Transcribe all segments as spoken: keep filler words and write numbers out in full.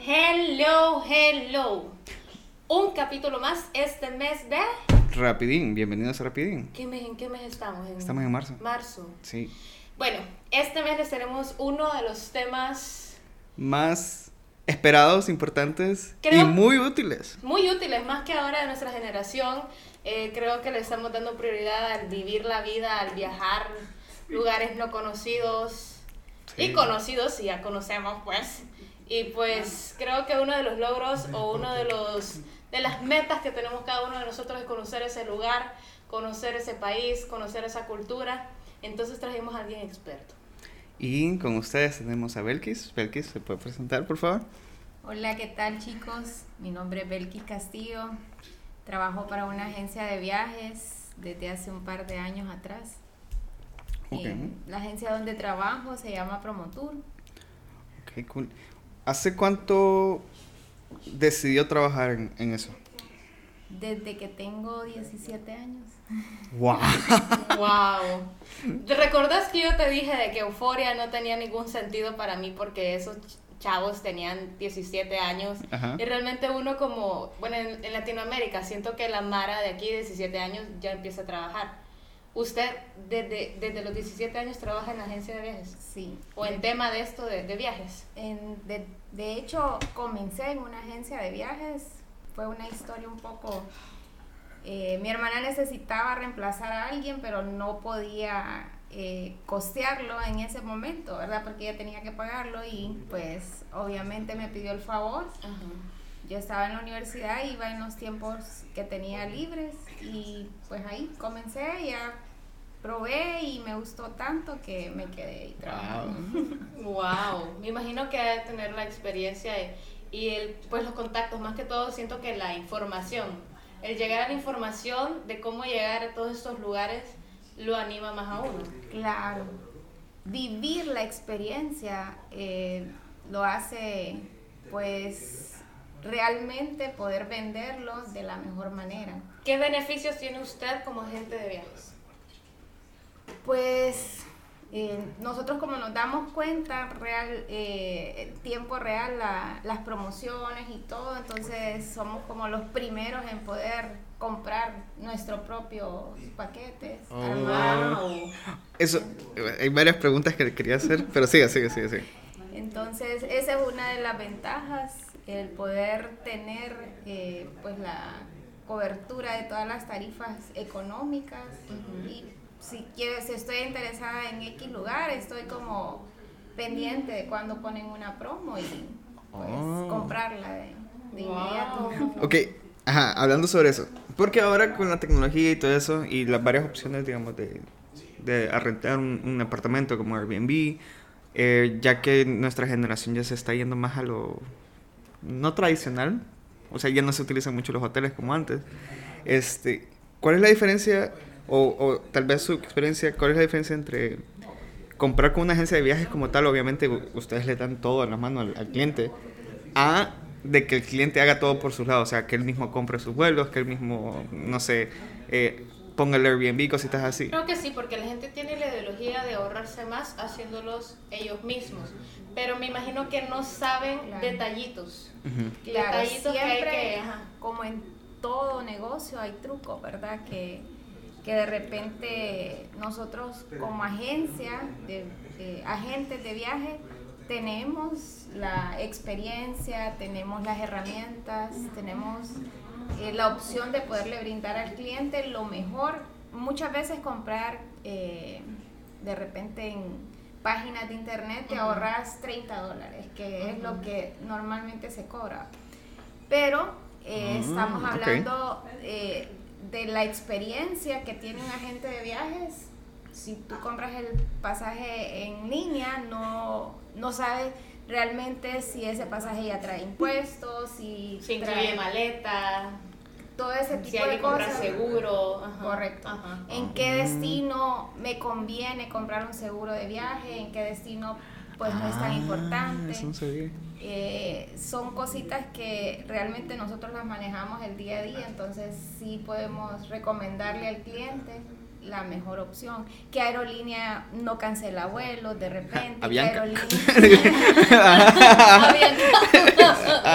Hello, hello. Un capítulo más este mes de... Rapidín, bienvenidos a Rapidín. ¿Qué mes, ¿En qué mes estamos? En Estamos en marzo. Marzo. Sí. Bueno, este mes les tenemos uno de los temas... Más esperados, importantes Creo- y muy útiles. Muy útiles, más que ahora de nuestra generación. Eh, creo que le estamos dando prioridad al vivir la vida, al viajar, lugares no conocidos Sí. y conocidos si ya conocemos, pues. Y pues creo que uno de los logros o uno de los de las metas que tenemos cada uno de nosotros es conocer ese lugar, conocer ese país, conocer esa cultura. Entonces trajimos a alguien experto. Y con ustedes tenemos a Belkis. Belkis, ¿se puede presentar, por favor? Hola, ¿qué tal, chicos? Mi nombre es Belkis Castillo. Trabajo para una agencia de viajes desde hace un par de años atrás. Ok. Eh, la agencia donde trabajo se llama Promotour. Ok, cool. ¿Hace cuánto decidió trabajar en, en eso? Desde que tengo diecisiete años. ¡Wow! Wow. ¿Te recordás que yo te dije de que Euforia no tenía ningún sentido para mí porque esos chavos tenían diecisiete años? Ajá. Y realmente uno como, bueno, en, en Latinoamérica siento que la Mara de aquí de diecisiete años ya empieza a trabajar. ¿Usted desde, desde los diecisiete años trabaja en la agencia de viajes? Sí. ¿O en tema de esto de, de viajes? En- de, de hecho, comencé en una agencia de viajes. Fue una historia un poco... eh, mi hermana necesitaba reemplazar a alguien, pero no podía eh, costearlo en ese momento, ¿verdad? Porque ella tenía que pagarlo y pues obviamente me pidió el favor. Ajá. Yo estaba en la universidad, iba en los tiempos que tenía libres y pues ahí comencé, ya probé y me gustó tanto que me quedé ahí trabajando. Wow, me imagino que hay que tener la experiencia y, y el, pues los contactos, más que todo siento que la información, el llegar a la información de cómo llegar a todos estos lugares lo anima más a uno. Claro, vivir la experiencia eh, lo hace pues realmente poder venderlo de la mejor manera. ¿Qué beneficios tiene usted como agente de viajes? Pues eh, nosotros como nos damos cuenta real, eh, en tiempo real la, las promociones y todo, entonces somos como los primeros en poder comprar nuestros propios paquetes. Oh. armar. Wow. Eso, hay varias preguntas que quería hacer, pero sigue, sigue, sigue, sigue. Entonces esa es una de las ventajas, el poder tener eh, pues la cobertura de todas las tarifas económicas. Uh-huh. Y si quiero, si estoy interesada en X lugar, estoy como pendiente de cuando ponen una promo y pues Oh. comprarla de, de Wow. inmediato. Ok, ajá, hablando sobre eso. Porque ahora con la tecnología y todo eso, y las varias opciones, digamos, de, de arrentar un, un apartamento como Airbnb, eh, ya que nuestra generación ya se está yendo más a lo no tradicional, o sea, ya no se utilizan mucho los hoteles como antes. Este, ¿cuál es la diferencia, o, o tal vez su experiencia, cuál es la diferencia entre comprar con una agencia de viajes como tal, obviamente ustedes le dan todo en la mano al, al cliente, a de que el cliente haga todo por su lado, o sea, que él mismo compre sus vuelos, que él mismo, no sé, eh, ponga el Airbnb, cositas así? Creo que sí, porque la gente tiene la ideología de ahorrarse más haciéndolos ellos mismos, pero me imagino que no saben Claro. detallitos. Ujú. Claro, Detallitos que hay siempre, que... ajá. como en todo negocio, hay trucos, ¿verdad? Que, que de repente nosotros como agencia, de, de agentes de viaje, tenemos la experiencia, tenemos las herramientas, tenemos eh, la opción de poderle brindar al cliente lo mejor. Muchas veces comprar eh, de repente en páginas de internet te Ujú. ahorras treinta dólares, que es Ujú. lo que normalmente se cobra. Pero eh, Ah, estamos ok. hablando eh, de la experiencia que tiene un agente de viajes. Si tú compras el pasaje en línea, no, no sabes realmente si ese pasaje ya trae impuestos, si Se incluye trae maleta, todo ese tipo si hay de que comprar cosas. seguro. Ajá. Correcto. Ajá. ¿En qué destino me conviene comprar un seguro de viaje? ¿En qué destino pues no es tan Ah, importante? eso no sabía. Eh, son cositas que realmente nosotros las manejamos el día a día, entonces sí podemos recomendarle al cliente la mejor opción. ¿Qué aerolínea no cancela vuelos de repente? ¿Qué Avianca. aerolínea? Avianca.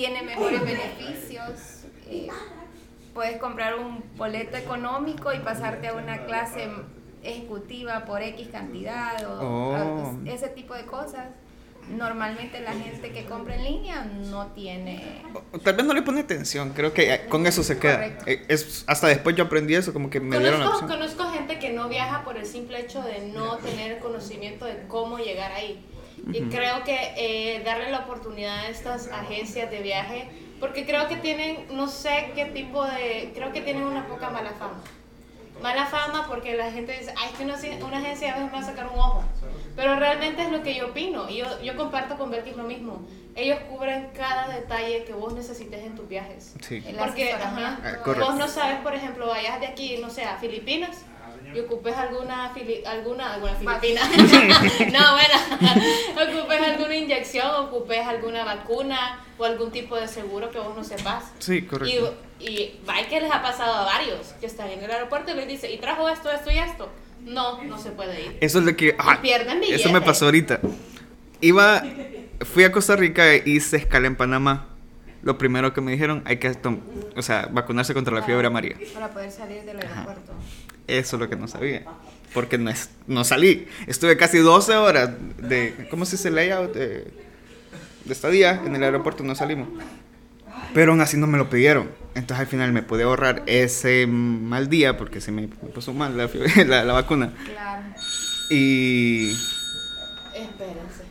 tiene mejores beneficios. Eh, puedes comprar un boleto económico y pasarte a una clase ejecutiva por X cantidad o Oh. a- ese tipo de cosas. Normalmente la gente que compra en línea no tiene... O- Tal vez no le pone atención, creo que eh, con eso se queda. Correcto. Eh, Es, hasta después yo aprendí eso, como que me dieron la Conozco, opción. conozco gente que no viaja por el simple hecho de no tener conocimiento de cómo llegar ahí. Y creo que eh, darle la oportunidad a estas agencias de viaje, porque creo que tienen, no sé qué tipo de, creo que tienen una poca mala fama. Mala fama porque la gente dice, ay, es que una, una agencia a veces me va a sacar un ojo. Pero realmente es lo que yo opino. Y yo, yo comparto con Belkis lo mismo. Ellos cubren cada detalle que vos necesites en tus viajes. Sí. el Porque asesoramiento. Ah, correcto. vos no sabes, por ejemplo, vayas de aquí, no sé, a Filipinas y ocupes alguna, fili alguna, alguna Filipina. No, bueno, ocupes alguna inyección, ocupes alguna vacuna o algún tipo de seguro que vos no sepas. Sí, correcto. Y, y va que les ha pasado a varios que están en el aeropuerto y les dice, ¿y trajo esto, esto y esto? No, no se puede ir. Eso es lo que... ah, pierden billetes. eso me pasó ahorita. Iba... Fui a Costa Rica y hice escala en Panamá. Lo primero que me dijeron, hay que tom- o sea, vacunarse contra la fiebre amarilla. Para poder salir del aeropuerto. Eso es lo que no sabía. Porque no, es, no salí. Estuve casi doce horas de... ¿Cómo se dice? Layout de, de estadía en el aeropuerto. No salimos. Pero aún así no me lo pidieron. Entonces al final me pude ahorrar ese mal día porque se me puso mal la, fiebre- la, la vacuna. Claro. Y Espérense.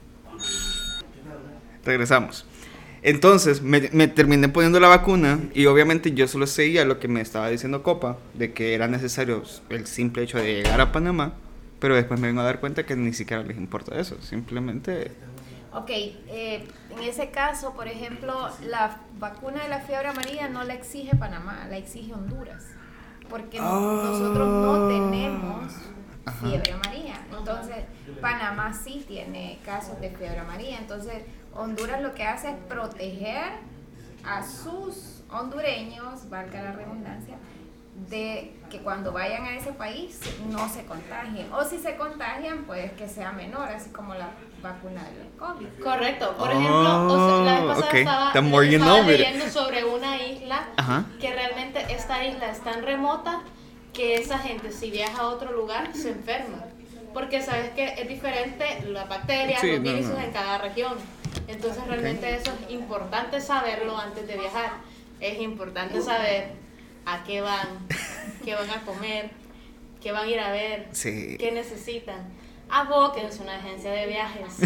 regresamos. Entonces me, me terminé poniendo la vacuna y obviamente yo solo seguía lo que me estaba diciendo Copa, de que era necesario el simple hecho de llegar a Panamá, pero después me vengo a dar cuenta que ni siquiera les importa eso, simplemente... Ok, eh, en ese caso, por ejemplo, la vacuna de la fiebre amarilla no la exige Panamá, la exige Honduras, porque no- Oh. nosotros no tenemos Ajá. fiebre amarilla. Entonces, Panamá sí tiene casos de fiebre amarilla. Entonces, Honduras lo que hace es proteger a sus hondureños, valga la redundancia, de que cuando vayan a ese país no se contagien. O si se contagian, pues que sea menor, así como la vacuna del COVID. Correcto. Por Oh, ejemplo, o sea, la vez pasada ok. estaba, The more you estaba know, mire. leyendo sobre una isla Ajá. que realmente esta isla es tan remota que esa gente si viaja a otro lugar se enferma. Porque sabes que es diferente las bacterias, Sí, los no, virus no. en cada región. Entonces realmente eso es importante saberlo antes de viajar. Es importante saber a qué van, qué van a comer, qué van a ir a ver, Sí. qué necesitan. Abóquense a una agencia de viajes.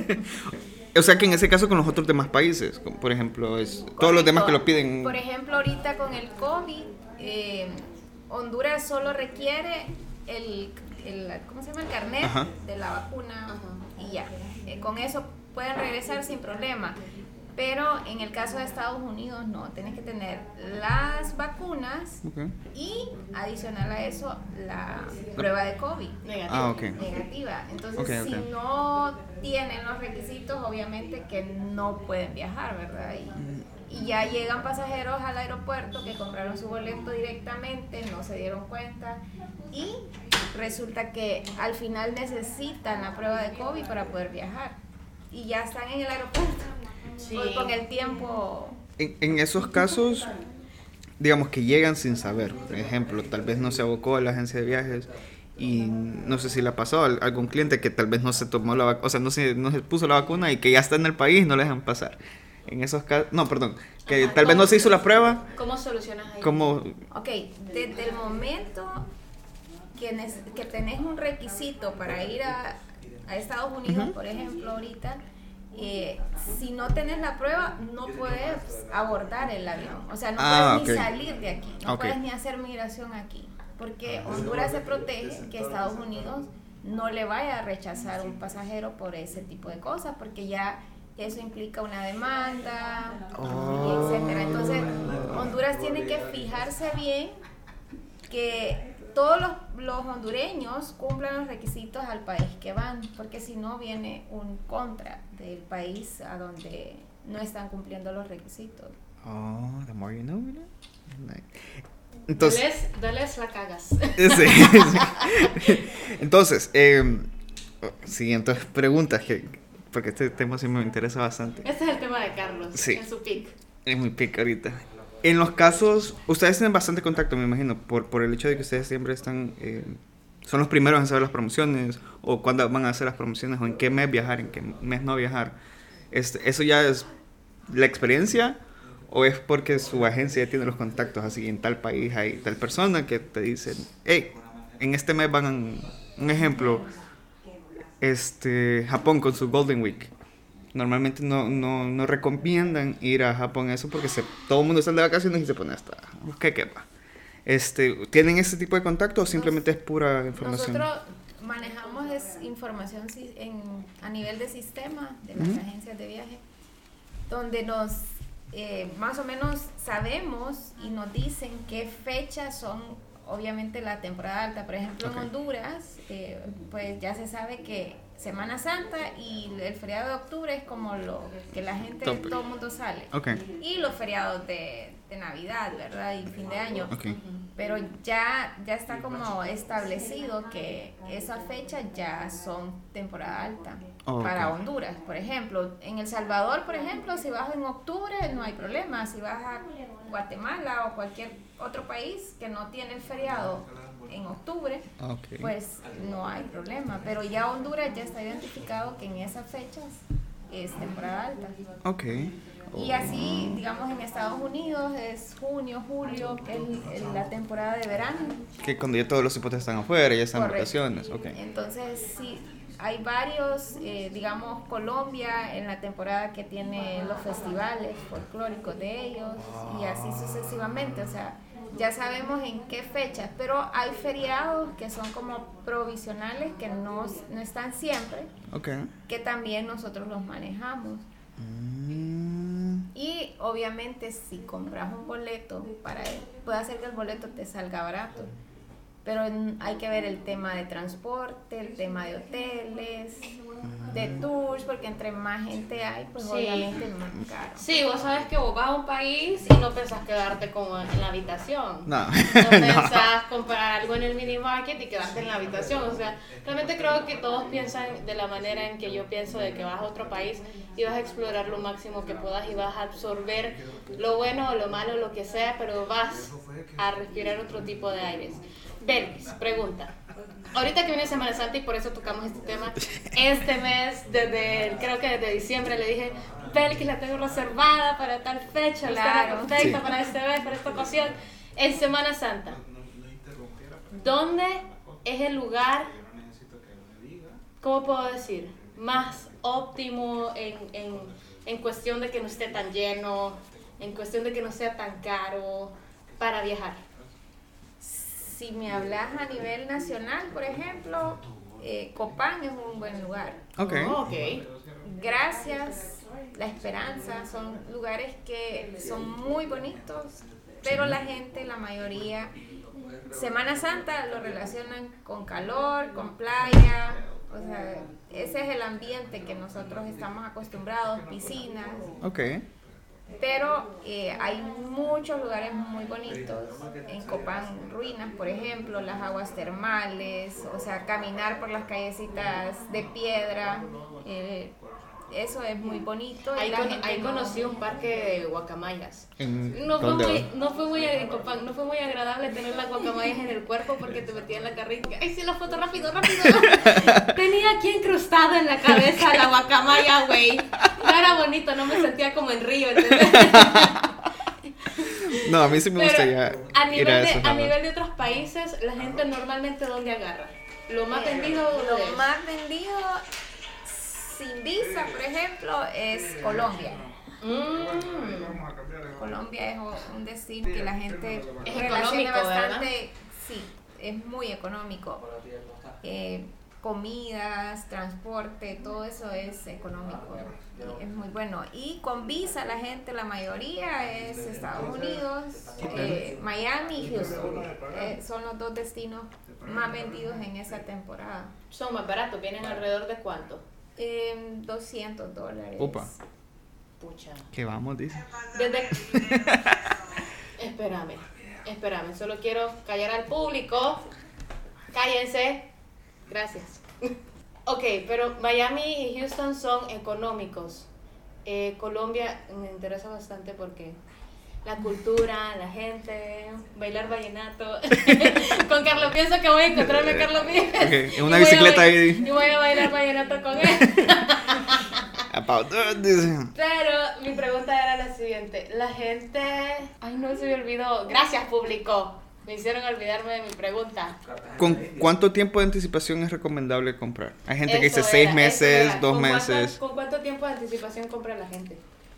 O sea que en ese caso con los otros demás países, como por ejemplo, es todos los demás que lo piden... Por ejemplo, ahorita con el COVID, eh, Honduras solo requiere el, el ¿cómo se llama? El carnet Ajá. de la vacuna Ajá. y ya. Eh, con eso pueden regresar sin problema. Pero en el caso de Estados Unidos no, tienes que tener las vacunas Ok. y adicional a eso la prueba de COVID Negativo. Ah, ok. negativa. Entonces, Ok, ok. si no tienen los requisitos, obviamente que no pueden viajar, ¿verdad? Y, y ya llegan pasajeros al aeropuerto que compraron su boleto directamente, no se dieron cuenta y resulta que al final necesitan la prueba de COVID para poder viajar y ya están en el aeropuerto. Sí. Pues con el tiempo. En, en esos casos, digamos que llegan sin saber. Por ejemplo, tal vez no se abocó a la agencia de viajes y no sé si le ha pasado a algún cliente que tal vez no se tomó la vacuna, o sea, no se, no se puso la vacuna y que ya está en el país, no le dejan pasar. En esos casos, no, perdón, que Ajá, tal vez ¿cómo- no se hizo la prueba, ¿Cómo solucionas ahí? como... Ok, desde el momento que, nes- que tenés un requisito para ir a, a Estados Unidos, Ujú. por ejemplo, ahorita, eh, si no tenés la prueba, no puedes abordar el avión. O sea, no Ah, puedes ok. ni salir de aquí, no Ok. puedes ni hacer migración aquí. Porque Honduras se protege que Estados Unidos no le vaya a rechazar un pasajero por ese tipo de cosas, porque ya eso implica una demanda, Oh. y etcétera. Entonces, Honduras tiene que fijarse bien que todos los, los hondureños cumplan los requisitos al país que van, porque si no viene un contra del país a donde no están cumpliendo los requisitos. Oh, the more you know, ¿verdad? Like- Entonces, Dales, dales la cagas. sí, sí. Entonces, eh, siguientes preguntas que porque este tema sí me interesa bastante. Este es el tema de Carlos, sí, en su pick. Es muy pick ahorita. En los casos, ustedes tienen bastante contacto, me imagino, por, por el hecho de que ustedes siempre están, eh, son los primeros en saber las promociones, o cuándo van a hacer las promociones, o en qué mes viajar, en qué mes no viajar. Este, ¿Eso ya es la experiencia, o es porque su agencia ya tiene los contactos, así en tal país hay tal persona que te dicen, hey, en este mes van, a, un ejemplo, este, Japón con su Golden Week? Normalmente no, no, no recomiendan ir a Japón eso porque se, todo el mundo está de vacaciones y se pone hasta que quepa. Este, ¿tienen ese tipo de contacto o simplemente es pura información? Nosotros manejamos es información en, a nivel de sistema de las uh-huh. agencias de viaje, donde nos eh, más o menos sabemos y nos dicen qué fechas son obviamente la temporada alta. Por ejemplo, okay. en Honduras, eh, pues ya se sabe que Semana Santa y el feriado de octubre es como lo que la gente, Top. todo el mundo sale. Okay. Y los feriados de, de Navidad, ¿verdad? Y fin de año. Okay. Pero ya, ya está como establecido que esas fechas ya son temporada alta oh, para okay. Honduras, por ejemplo. En El Salvador, por ejemplo, si vas en octubre no hay problema. Si vas a Guatemala o cualquier otro país que no tiene el feriado en octubre, okay. pues no hay problema, pero ya Honduras ya está identificado que en esas fechas es temporada alta. Okay. Oh. Y así, digamos, en Estados Unidos es junio, julio, que es la temporada de verano. Que cuando ya todos los hipotes están afuera, ya están en vacaciones. Okay. Entonces, sí, hay varios, eh, digamos, Colombia en la temporada que tiene los festivales folclóricos de ellos y así sucesivamente, o sea, ya sabemos en qué fechas, pero hay feriados que son como provisionales, que no, no están siempre, okay. que también nosotros los manejamos. Mm. Y obviamente si compras un boleto, para él, puede hacer que el boleto te salga barato, pero hay que ver el tema de transporte, el tema de hoteles, de tours, porque entre más gente hay, pues sí. obviamente es más caro. Sí, vos sabes que vos vas a un país y no pensás quedarte como en la habitación. No. No pensás no. comprar algo en el mini market y quedarte en la habitación. O sea, realmente creo que todos piensan de la manera en que yo pienso, de que vas a otro país y vas a explorar lo máximo que puedas y vas a absorber lo bueno o lo malo, lo que sea, pero vas a respirar otro tipo de aires. Belkis, pregunta. Ahorita que viene Semana Santa y por eso tocamos este tema, este mes, desde creo que desde diciembre le dije, Belkis la tengo reservada para tal fecha, claro, está perfecta sí. para este mes, para esta ocasión, en Semana Santa. ¿Dónde es el lugar, cómo puedo decir, más óptimo en, en, en cuestión de que no esté tan lleno, en cuestión de que no sea tan caro para viajar? Si me hablas a nivel nacional, por ejemplo, eh, Copán es un buen lugar. Okay. Oh, okay. Gracias, La Esperanza, son lugares que son muy bonitos, pero la gente, la mayoría, Semana Santa lo relacionan con calor, con playa, o sea, ese es el ambiente que nosotros estamos acostumbrados, piscinas. Okay. Pero eh, hay muchos lugares muy bonitos en Copán, ruinas, por ejemplo, las aguas termales, o sea, caminar por las callecitas de piedra, eh, eso es muy bonito. Ahí, la con, gente ahí no... conocí un parque de guacamayas. ¿En no, fue dónde? muy, no, fue muy, en Copán, no fue muy agradable tener las guacamayas en el cuerpo porque te metía en la carrita. ¡Ay, sí, la foto, rápido, rápido! Tenía aquí incrustado en la cabeza la guacamaya, güey. No era bonito, no me sentía como en Río, ¿entendés? No, a mí sí me Pero gustaría a nivel ir a de, eso. A nivel de otros países, la gente normalmente ¿dónde agarra? Lo más eh, vendido, Lo es? más vendido sin visa, por ejemplo, es Colombia. Mm. Colombia es un destino que la gente es relaciona bastante, ¿verdad? Sí, es muy económico. Eh, comidas, transporte, todo eso es económico, es muy bueno. Y con visa la gente, la mayoría es Estados Unidos, eh, Miami y Houston. Eh, son los dos destinos más vendidos en esa temporada. Son más baratos, ¿vienen alrededor de cuánto? Eh, doscientos dólares. Opa. Pucha. ¿Qué vamos, dice? Desde... espérame, espérame, solo quiero callar al público. Cállense. Gracias. Ok, pero Miami y Houston son económicos. Eh, Colombia me interesa bastante porque la cultura, la gente, bailar vallenato. Con Carlos pienso que voy a encontrarme a Carlos Vives. Okay, en una bicicleta a, ahí. Y voy a bailar vallenato con él. About that, dice. Pero mi pregunta era la siguiente. La gente... Ay, no, se me olvidó. Gracias, público. Me hicieron olvidarme de mi pregunta. ¿Con cuánto tiempo de anticipación es recomendable comprar? Hay gente Eso que dice era, seis eso meses, era. dos ¿Con meses. Cuánto, ¿Con cuánto tiempo de anticipación compra la gente?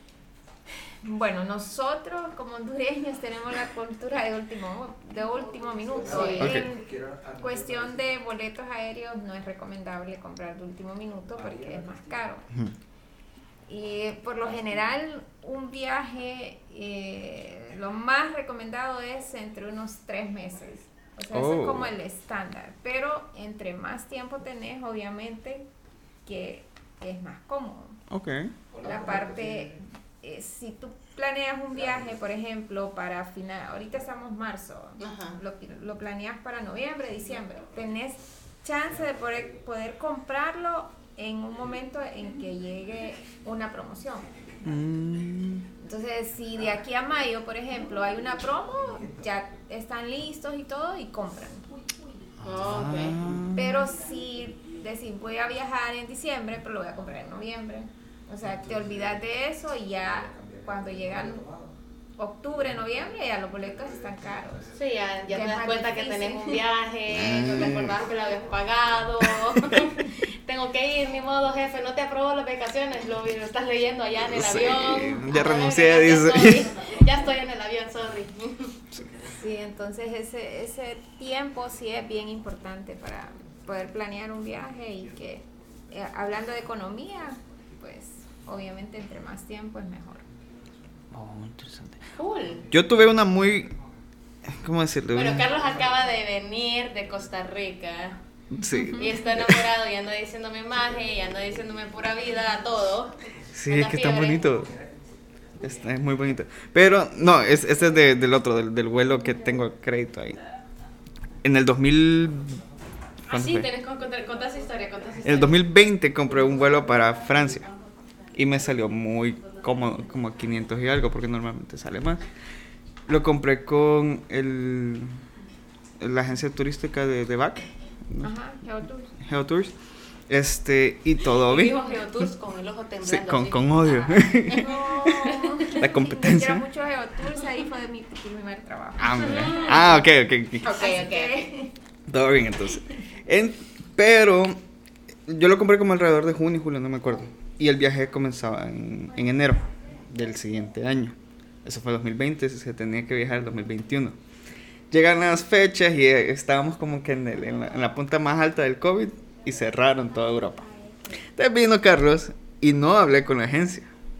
Bueno, nosotros como hondureños tenemos la cultura de último, de último minuto. Sí. En Okay. cuestión de boletos aéreos no es recomendable comprar de último minuto porque es más caro. Ujú. Y por lo general un viaje, eh, lo más recomendado es entre unos tres meses. O sea, eso Oh. es como el estándar. Pero entre más tiempo tenés, obviamente, que es más cómodo. Ok. La parte, eh, si tú planeas un viaje, por ejemplo, para final, ahorita estamos marzo, Ajá. lo, lo planeas para noviembre, diciembre, tenés chance de poder, poder comprarlo en un momento en que llegue una promoción. Mm, Entonces, si de aquí a mayo, por ejemplo, hay una promo, ya están listos y todo y compran. Oh, ok. Pero si decís, voy a viajar en diciembre, pero lo voy a comprar en noviembre. O sea, te olvidas de eso y ya cuando llegan octubre, noviembre, ya los boletos están caros. Sí, ya, ya Que te es das más cuenta difícil. que tenés un viaje, no te acordabas que lo habías pagado. Tengo que ir, ni modo, jefe, no te aprobó las vacaciones, lo, lo estás leyendo allá en el Sí, avión. ya Ah, renuncié, ya dice. estoy, ya estoy en el avión, sorry. Sí, entonces ese, ese tiempo sí es bien importante para poder planear un viaje y que, eh, hablando de economía, pues obviamente entre más tiempo es mejor. Oh, interesante. Cool. Yo tuve una muy... ¿Cómo decirlo? Bueno, Una- Carlos acaba de venir de Costa Rica Sí. y está enamorado y anda diciéndome maje y anda diciéndome pura vida, todo. Sí, Anda es que está fiebre. bonito. Está, es muy bonito. Pero, no, es, este es de- del otro, del, del vuelo que tengo crédito ahí. En el dos mil... Ah, ¿cuándo sí, fue? tenés que contar, contar esa historia, contar esa En historia. el dos mil veinte compré un vuelo para Francia. Y me salió muy cómodo, como quinientos y algo, porque normalmente sale más. Lo compré con el, la agencia turística de, de B A C, ¿no? Ajá, Geotours. Geotours. Este, y todo Y bien. dijo Geotours con el ojo temblando. Sí, con, así. con odio. No. La competencia. Quiero mucho Geotours, ahí fue de mi primer trabajo. Ah, mira. Ah, ok, ok, ok. Ok, Así ok. que- Todo bien, entonces. En- pero yo lo compré como alrededor de junio, julio, no me acuerdo. Y el viaje comenzaba en, en enero del siguiente año. Eso fue dos mil veinte, se tenía que viajar el dos mil veintiuno. Llegan las fechas y eh, estábamos como que en, el- en la, en la punta más alta del COVID y cerraron toda Europa. Entonces vino Carlos y no hablé con la agencia.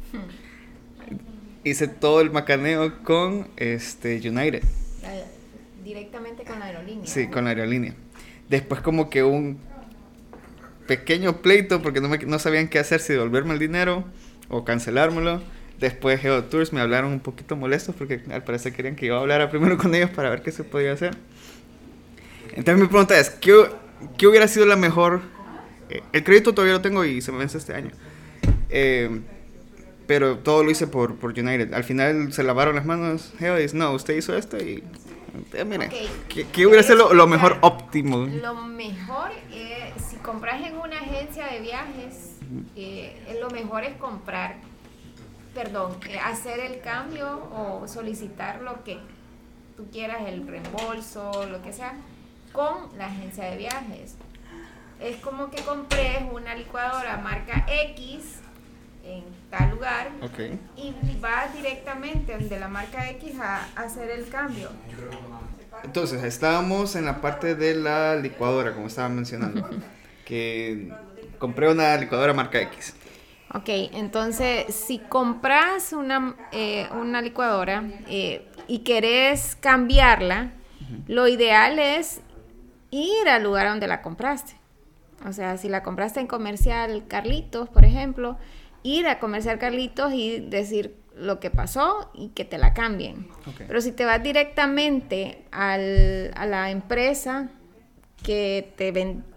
Hice todo el macaneo con este, United. La- directamente con la aerolínea. Sí, con la aerolínea. Después como que un pequeño pleito porque no, me, no sabían qué hacer, si devolverme el dinero o cancelármelo. Después Geotours me hablaron un poquito molestos porque al parecer querían que yo hablara primero con ellos para ver qué se podía hacer. Entonces mi pregunta es, ¿qué, qué hubiera sido la mejor? Eh, el crédito todavía lo tengo y se me vence este año. Eh, pero todo lo hice por, por United. Al final se lavaron las manos. Geo dice, no, usted hizo esto y... Eh, mire, Ok. ¿qué, qué hubiera sido lo, lo mejor Explicar. óptimo? Lo mejor, eh, si compras en una agencia de viajes, eh, eh, lo mejor es comprar, perdón, eh, hacer el cambio o solicitar lo que tú quieras, el reembolso, lo que sea, con la agencia de viajes. Es como que compres una licuadora marca X en tal lugar Ok. y vas directamente de la marca X a, a hacer el cambio. Entonces, estábamos en la parte de la licuadora, como estaba mencionando. Que compré una licuadora marca X. Ok, entonces si compras una, eh, una licuadora eh, y querés cambiarla, lo ideal es ir al lugar donde la compraste. O sea, si la compraste en Comercial Carlitos, por ejemplo, ir a Comercial Carlitos y decir lo que pasó y que te la cambien. Okay. Pero si te vas directamente al, a la empresa que te ven,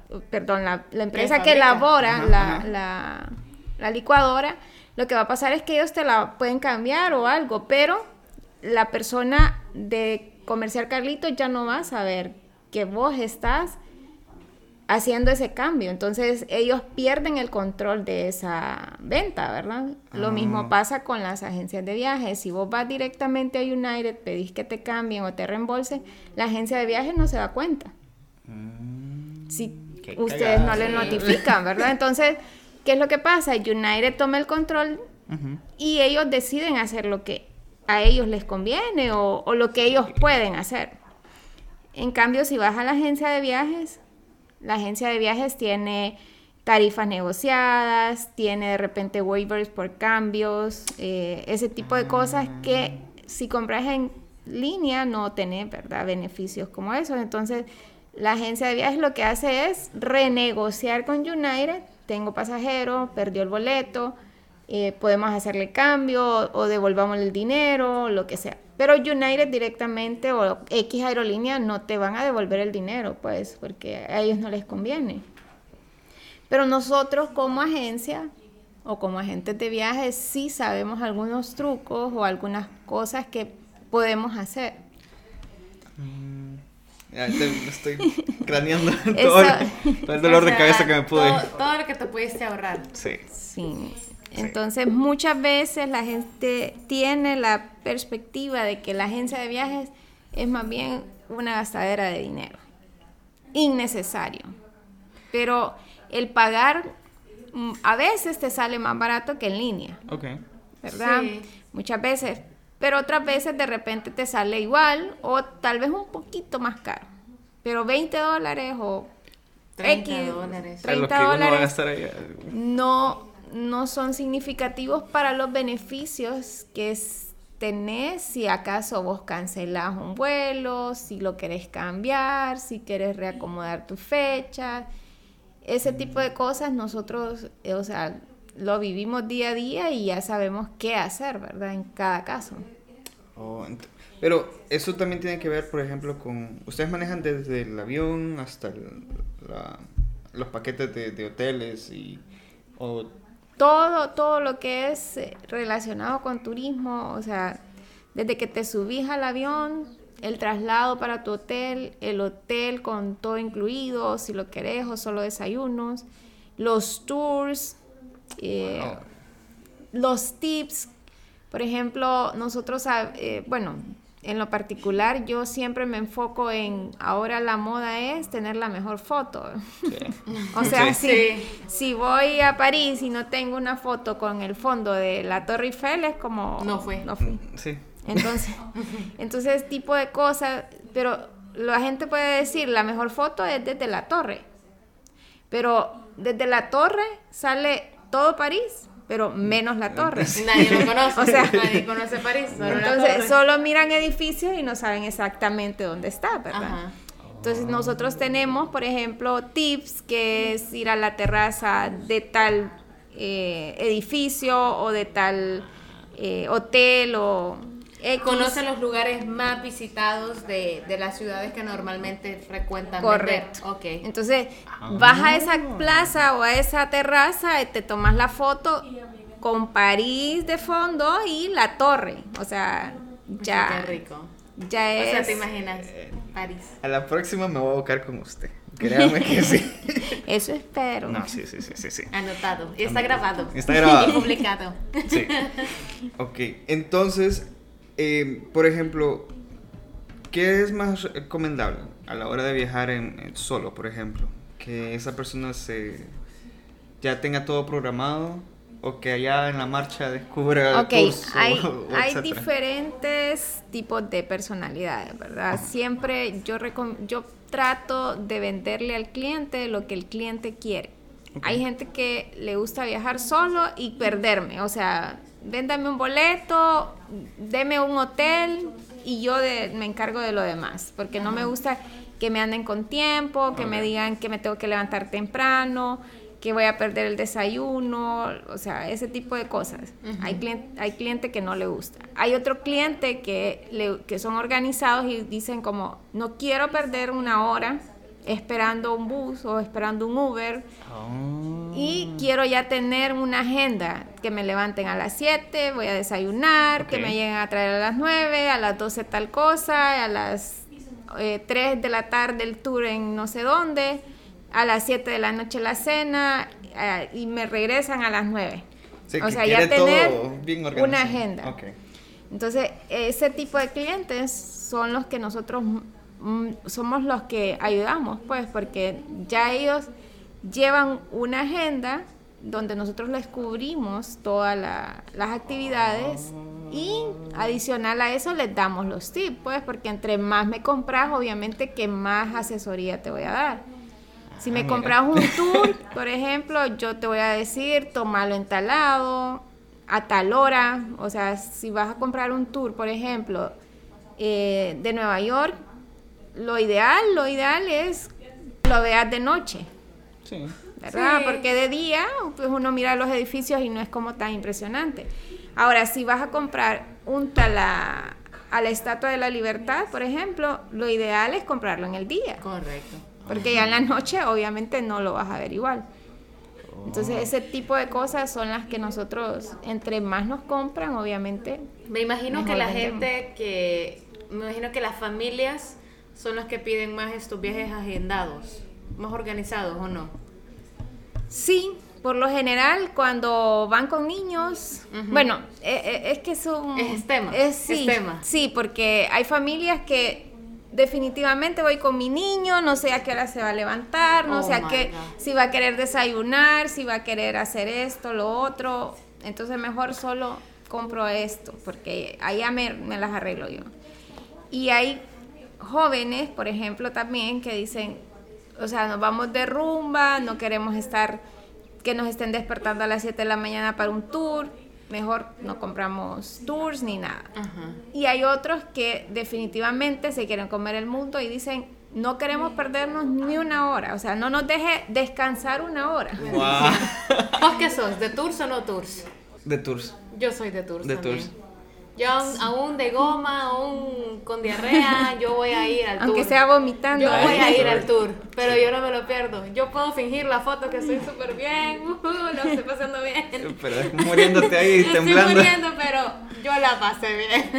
perdón, la, la empresa Que que fabrica. elabora Ajá, la, ajá. la, la licuadora, lo que va a pasar es que ellos te la pueden cambiar o algo, pero la persona de Comercial Carlitos ya no va a saber que vos estás haciendo ese cambio. Entonces ellos pierden el control de esa venta, ¿verdad? Lo Ah. mismo pasa con las agencias de viajes. Si vos vas directamente a United, pedís que te cambien o te reembolsen, la agencia de viajes no se da cuenta. Si Qué ustedes no cagada. le notifican, ¿verdad? Entonces, ¿qué es lo que pasa? United toma el control Ujú. y ellos deciden hacer lo que a ellos les conviene o, o lo que ellos pueden hacer. En cambio, si vas a la agencia de viajes, la agencia de viajes tiene tarifas negociadas, tiene de repente waivers por cambios, eh, ese tipo de cosas que si compras en línea no tenés, ¿verdad?, beneficios como esos. Entonces, la agencia de viajes lo que hace es renegociar con United. Tengo pasajero, perdió el boleto, eh, podemos hacerle cambio o, o devolvamos el dinero, lo que sea. Pero United directamente o X aerolínea no te van a devolver el dinero, pues, porque a ellos no les conviene. Pero nosotros como agencia o como agentes de viajes sí sabemos algunos trucos o algunas cosas que podemos hacer. Ya te, me estoy craneando Eso- todo, el, todo el dolor O de sea, cabeza que me pude. Todo, todo lo que te pudiste ahorrar. Sí. Sí. Entonces muchas veces la gente tiene la perspectiva de que la agencia de viajes es más bien una gastadera de dinero. Innecesario. Pero el pagar mm, a veces te sale más barato que en línea, Ok. ¿verdad? Sí. Muchas veces. Pero otras veces de repente te sale igual o tal vez un poquito más caro. Pero veinte dólares o treinta X, dólares. A lo treinta que uno va a dólares gastar ahí. no, no son significativos para los beneficios que es- tenés si acaso vos cancelás un vuelo, si lo querés cambiar, si querés reacomodar tu fecha. Ese tipo de cosas nosotros, eh, o sea, lo vivimos día a día y ya sabemos qué hacer, ¿verdad? En cada caso. Oh, ent- pero eso también tiene que ver, por ejemplo, con... Ustedes manejan desde el avión hasta el- la- los paquetes de, de hoteles y... O, Todo, todo lo que es eh, relacionado con turismo, o sea, desde que te subís al avión, el traslado para tu hotel, el hotel con todo incluido, si lo querés, o solo desayunos, los tours, eh, Wow. los tips. Por ejemplo, nosotros, ah, eh, bueno, en lo particular, yo siempre me enfoco en, ahora la moda es tener la mejor foto. O sea, Sí. si, Sí. si voy a París y no tengo una foto con el fondo de la Torre Eiffel, es como... No fue. No fui. sí. Entonces, entonces tipo de cosas, pero la gente puede decir, la mejor foto es desde la torre. Pero desde la torre sale todo París, pero menos la torre. Nadie lo conoce. O sea, nadie conoce París. Solo la Entonces, torre. solo miran edificios y no saben exactamente dónde está, ¿verdad? Ajá. Entonces, nosotros tenemos, por ejemplo, tips, que es ir a la terraza de tal eh, edificio o de tal eh, hotel o X. Conoce los lugares más visitados de, de las ciudades que normalmente frecuentan. Correcto. vender. Ok. Entonces, vas a esa plaza o a esa terraza y te tomas la foto con París de fondo y la torre. O sea, ya, Qué rico. ya O sea, es... ¿te imaginas? París. A la próxima me voy a buscar con usted. Créame que sí. Eso espero. No, sí, sí, sí, sí, sí. Anotado. Y está grabado. Está grabado. Y publicado. Sí. Ok, entonces, eh, por ejemplo, ¿qué es más recomendable a la hora de viajar en, en solo, por ejemplo? Que esa persona se ya tenga todo programado o que allá en la marcha descubra Ok, tours o- hay, o hay etcétera? diferentes tipos de personalidades, ¿verdad? Siempre yo, recom- yo trato de venderle al cliente lo que el cliente quiere. Ok. Hay gente que le gusta viajar solo y perderme, o sea, véndame un boleto, deme un hotel y yo de- me encargo de lo demás, porque no me gusta que me anden con tiempo, que me Ok. digan que me tengo que levantar temprano, que voy a perder el desayuno, o sea, ese tipo de cosas. Hay cliente, hay cliente que no le gusta. Hay otro cliente que, le, que son organizados y dicen como, no quiero perder una hora esperando un bus o esperando un Uber. Oh. Y quiero ya tener una agenda, que me levanten a las siete, voy a desayunar, Ok. que me lleguen a traer a las nueve, a las doce tal cosa, a las eh, tres de la tarde el tour en no sé dónde, a las siete de la noche la cena, eh, y me regresan a las nueve. Sí, O que sea, quiere ya tener todo bien organizado. una agenda. Ok. Entonces, ese tipo de clientes son los que nosotros mm, somos los que ayudamos, pues, porque ya ellos llevan una agenda donde nosotros les cubrimos todas la, las actividades y adicional a eso les damos los tips, pues, porque entre más me compras, obviamente que más asesoría te voy a dar. Si me Ah, compras mira. un tour, por ejemplo, yo te voy a decir, tomalo en tal lado, a tal hora. O sea, si vas a comprar un tour, por ejemplo, eh, de Nueva York, lo ideal, lo ideal es lo veas de noche, Sí. ¿verdad? Sí. Porque de día, pues uno mira los edificios y no es como tan impresionante. Ahora, si vas a comprar un tal a, a la Estatua de la Libertad, por ejemplo, lo ideal es comprarlo en el día. Correcto. Porque ya en la noche obviamente no lo vas a ver igual. Entonces ese tipo de cosas son las que nosotros, entre más nos compran, obviamente. Me imagino Mejor que la vendemos. gente que, me imagino que las familias son las que piden más estos viajes agendados, más organizados, ¿o no? Sí, por lo general cuando van con niños, Ujú. bueno, eh, eh, es que son... Es tema, es- sí, es tema. sí, porque hay familias que definitivamente voy con mi niño, no sé a qué hora se va a levantar, no Oh sé a my qué, God. si va a querer desayunar, si va a querer hacer esto, lo otro, entonces mejor solo compro esto, porque allá me, me las arreglo yo. Y hay jóvenes, por ejemplo, también que dicen, o sea, nos vamos de rumba, no queremos estar, que nos estén despertando a las siete de la mañana para un tour, mejor no compramos tours ni nada. Ajá. Y hay otros que definitivamente se quieren comer el mundo y dicen, no queremos perdernos ni una hora, o sea, no nos deje descansar una hora. Wow. ¿Vos qué sos? ¿De tours o no tours? De tours. Yo soy de tours De también. tours. Yo aún, aún de goma, aún con diarrea, yo voy a ir al tour. Aunque sea vomitando. Yo voy a Ay, ir sorry. al tour, pero yo no me lo pierdo. Yo puedo fingir la foto que estoy súper bien, uh, lo estoy pasando bien. Pero muriéndote ahí Estoy temblando. muriendo, pero yo la pasé bien.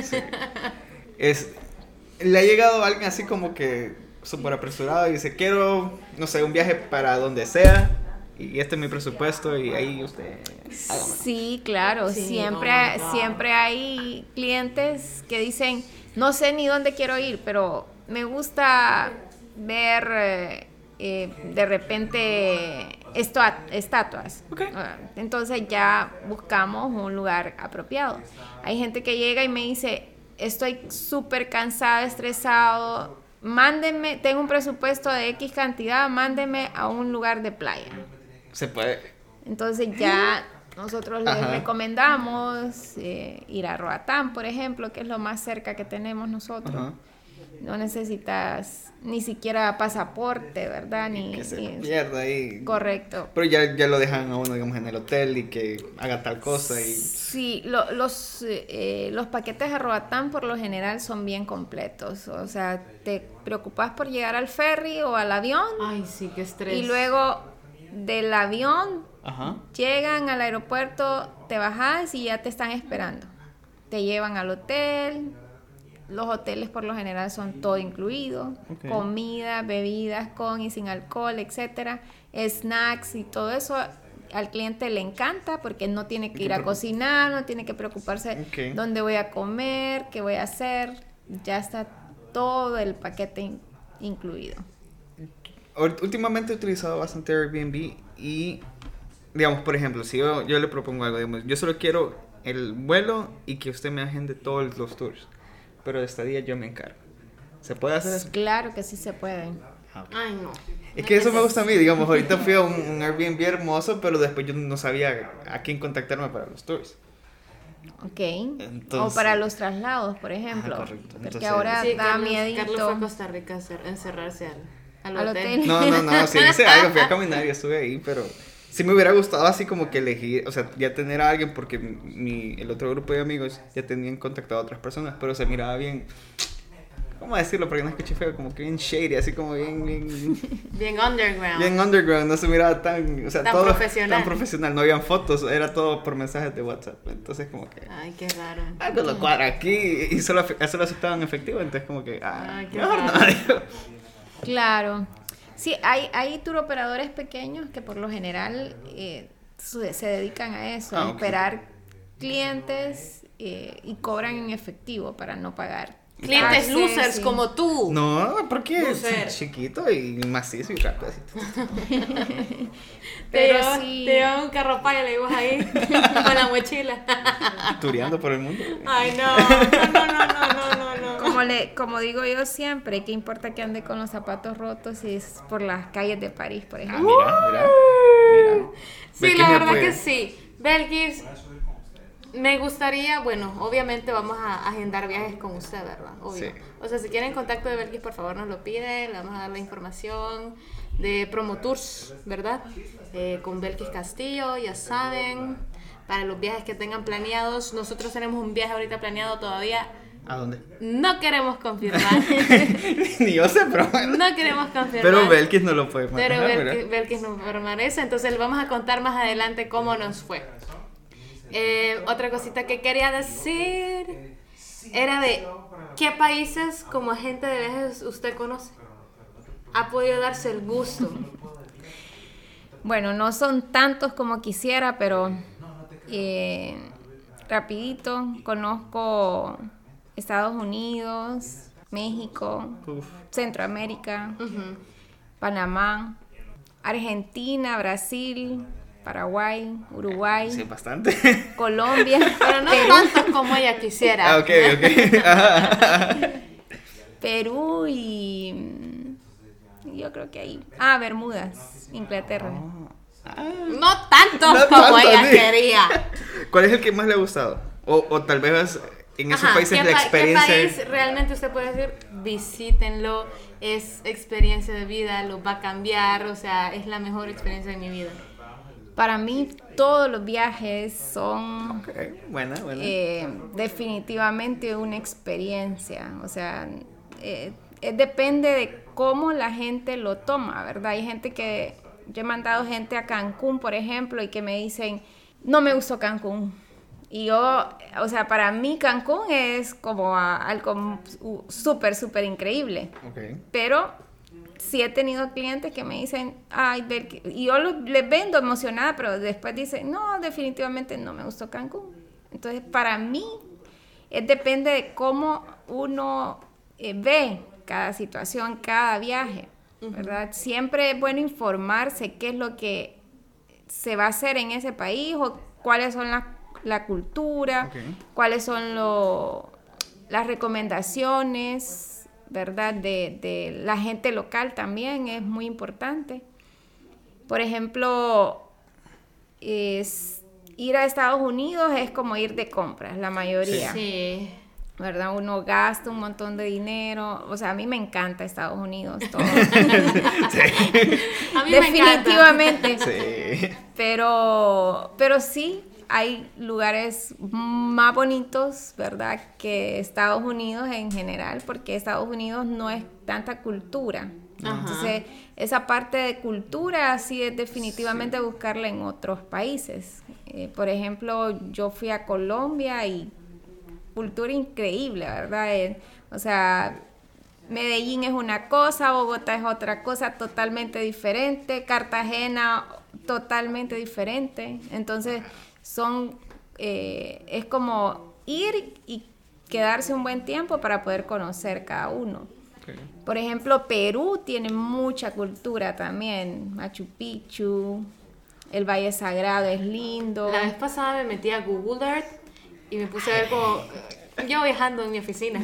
Es, le ha llegado alguien así como que súper apresurado y dice, quiero, no sé, un viaje para donde sea y este es mi presupuesto y ahí usted hágame. Sí, claro, Sí, siempre, oh my God. siempre hay clientes que dicen, no sé ni dónde quiero ir, pero me gusta ver eh, eh, de repente estua- estatuas. Ok. Ah, Entonces ya buscamos un lugar apropiado. Hay gente que llega y me dice, estoy súper cansado, estresado, mándenme, tengo un presupuesto de X cantidad, mándenme a un lugar de playa. Se puede. Entonces ya nosotros les Ajá. recomendamos eh, ir a Roatán, por ejemplo, que es lo más cerca que tenemos nosotros. Ajá. No necesitas ni siquiera pasaporte, ¿verdad? Ni, Que se ni- pierda ahí. correcto. Pero ya, ya lo dejan a uno, digamos, en el hotel y que haga tal cosa y... Sí, lo- los, eh, los paquetes a Roatán por lo general son bien completos. O sea, te preocupas por llegar al ferry o al avión Ay, sí, qué estrés. y luego del avión Ajá. llegan al aeropuerto, te bajas y ya te están esperando. Te llevan al hotel. Los hoteles por lo general son todo incluido. Ok. Comida, bebidas con y sin alcohol, etcétera. Snacks y todo eso al cliente le encanta porque no tiene que ir a cocinar, no tiene que preocuparse Ok. dónde voy a comer, qué voy a hacer. Ya está todo el paquete in- incluido. Ahorita- Últimamente he utilizado bastante Airbnb y, digamos, por ejemplo, si yo, yo le propongo algo, digamos, yo solo quiero el vuelo y que usted me agende todos los tours, pero de estadía yo me encargo. ¿Se puede hacer eso? Claro que sí se puede. Ah, ok. Ay, no. Es que eso me gusta a mí, digamos, ahorita fui a un, un Airbnb hermoso, pero después yo no sabía a quién contactarme para los tours. Ok. Entonces- o para los traslados, por ejemplo. Ajá, correcto. Porque Entonces- ahora Sí, da Carlos, miedito. Carlos fue a Costa Rica a encer- encerrarse al, al, Al hotel. hotel. No, no, no, sí hice algo, fui a caminar y estuve ahí, pero sí me hubiera gustado así como que elegir, o sea, ya tener a alguien, porque mi, el otro grupo de amigos ya tenían contactado a otras personas, pero se miraba bien ¿cómo decirlo? Porque no escuché feo, como que bien shady, así como bien, bien, Bien underground. bien underground, no se miraba tan, o sea, Tan todo profesional. tan profesional, no habían fotos, era todo por mensajes de WhatsApp, entonces como que, Ay, qué raro. algo lo cuadra aquí, y solo, solo aceptaban efectivo, entonces como que, ah, Ay, qué mejor no, raro. digo. Claro. Sí, hay, hay turoperadores pequeños que por lo general eh, se, se dedican a eso, Ah, a ok. esperar clientes eh, y cobran en efectivo para no pagar. Clientes taxes, losers sí. como tú. No, porque Loser. es chiquito y macizo y rápido, así. Te Pero lleva, sí. te lleva un carro payo, le ibas ahí con la mochila. Tureando por el mundo. Ay, no, no, no, no, no, no, no. Como, le, como digo yo siempre, ¿qué importa que ande con los zapatos rotos si es por las calles de París, por Ah, ejemplo? mira, mira, mira. Sí, Belkis la me verdad apoya. que sí. Belkis, me gustaría, bueno, obviamente vamos a agendar viajes con usted, ¿verdad? Obvio. Sí. O sea, si quieren contacto de Belkis, por favor nos lo piden, le vamos a dar la información de Promo Tours, ¿verdad? Eh, con Belkis Castillo, ya saben, para los viajes que tengan planeados. Nosotros tenemos un viaje ahorita planeado todavía. ¿A dónde? No queremos confirmar. Ni yo sé, pero bueno. No queremos confirmar. Pero Belkis no lo puede Pero manejar, Belkis, ¿verdad? Belkis no permanece, entonces le vamos a contar más adelante cómo nos fue. Eh, otra cosita que quería decir era de qué países como agente de viajes usted conoce. Ha podido darse el gusto. Bueno, no son tantos como quisiera, pero eh, rapidito, conozco Estados Unidos, México, Uf. Centroamérica, Ujú. Panamá, Argentina, Brasil, Paraguay, Uruguay, Sí, bastante. Colombia, Pero no Perú, tantos como ella quisiera. Ah, ok, ok. Ajá. Perú y mm, yo creo que ahí. Ah, Bermudas, Inglaterra. No tantos No como tanto, ella sí. quería. ¿Cuál es el que más le ha gustado? O, o tal vez en esos Ajá, países ¿qué la pa- experiencia... ¿Qué país realmente usted puede decir? Visítenlo, es experiencia de vida, lo va a cambiar, o sea, es la mejor experiencia de mi vida. Para mí todos los viajes son Ok, buena, buena. eh, definitivamente una experiencia, o sea, eh, eh, depende de cómo la gente lo toma, ¿verdad? Hay gente que, yo he mandado gente a Cancún, por ejemplo, y que me dicen, no me gustó Cancún. Y yo, o sea, para mí Cancún es como a- algo uh, súper, súper increíble. Ok. Pero sí he tenido clientes que me dicen, ay, Belkis, y yo lo- les vendo emocionada, pero después dicen, no, definitivamente no me gustó Cancún. Entonces, para mí, es depende de cómo uno eh, ve cada situación, cada viaje, ¿verdad? Siempre es bueno informarse qué es lo que se va a hacer en ese país o cuáles son las la cultura, Ok. cuáles son lo- las recomendaciones, ¿verdad? De, de la gente local también es muy importante. Por ejemplo, es, ir a Estados Unidos es como ir de compras, la mayoría, Sí. ¿verdad? Uno gasta un montón de dinero, o sea, a mí me encanta Estados Unidos, todo. A mí me encanta. Definitivamente. Sí. Pero, pero sí, hay lugares más bonitos, ¿verdad? Que Estados Unidos en general, porque Estados Unidos no es tanta cultura. Ajá. Entonces, esa parte de cultura sí es definitivamente buscarla en otros países. Eh, por ejemplo, yo fui a Colombia y cultura increíble, ¿verdad? Eh, o sea, Medellín es una cosa, Bogotá es otra cosa totalmente diferente, Cartagena totalmente diferente. Entonces, son eh, es como ir y quedarse un buen tiempo para poder conocer cada uno. Ok. Por ejemplo, Perú tiene mucha cultura también, Machu Picchu, el Valle Sagrado es lindo. La vez pasada me metí a Google Earth y me puse a ver como... Yo viajando en mi oficina.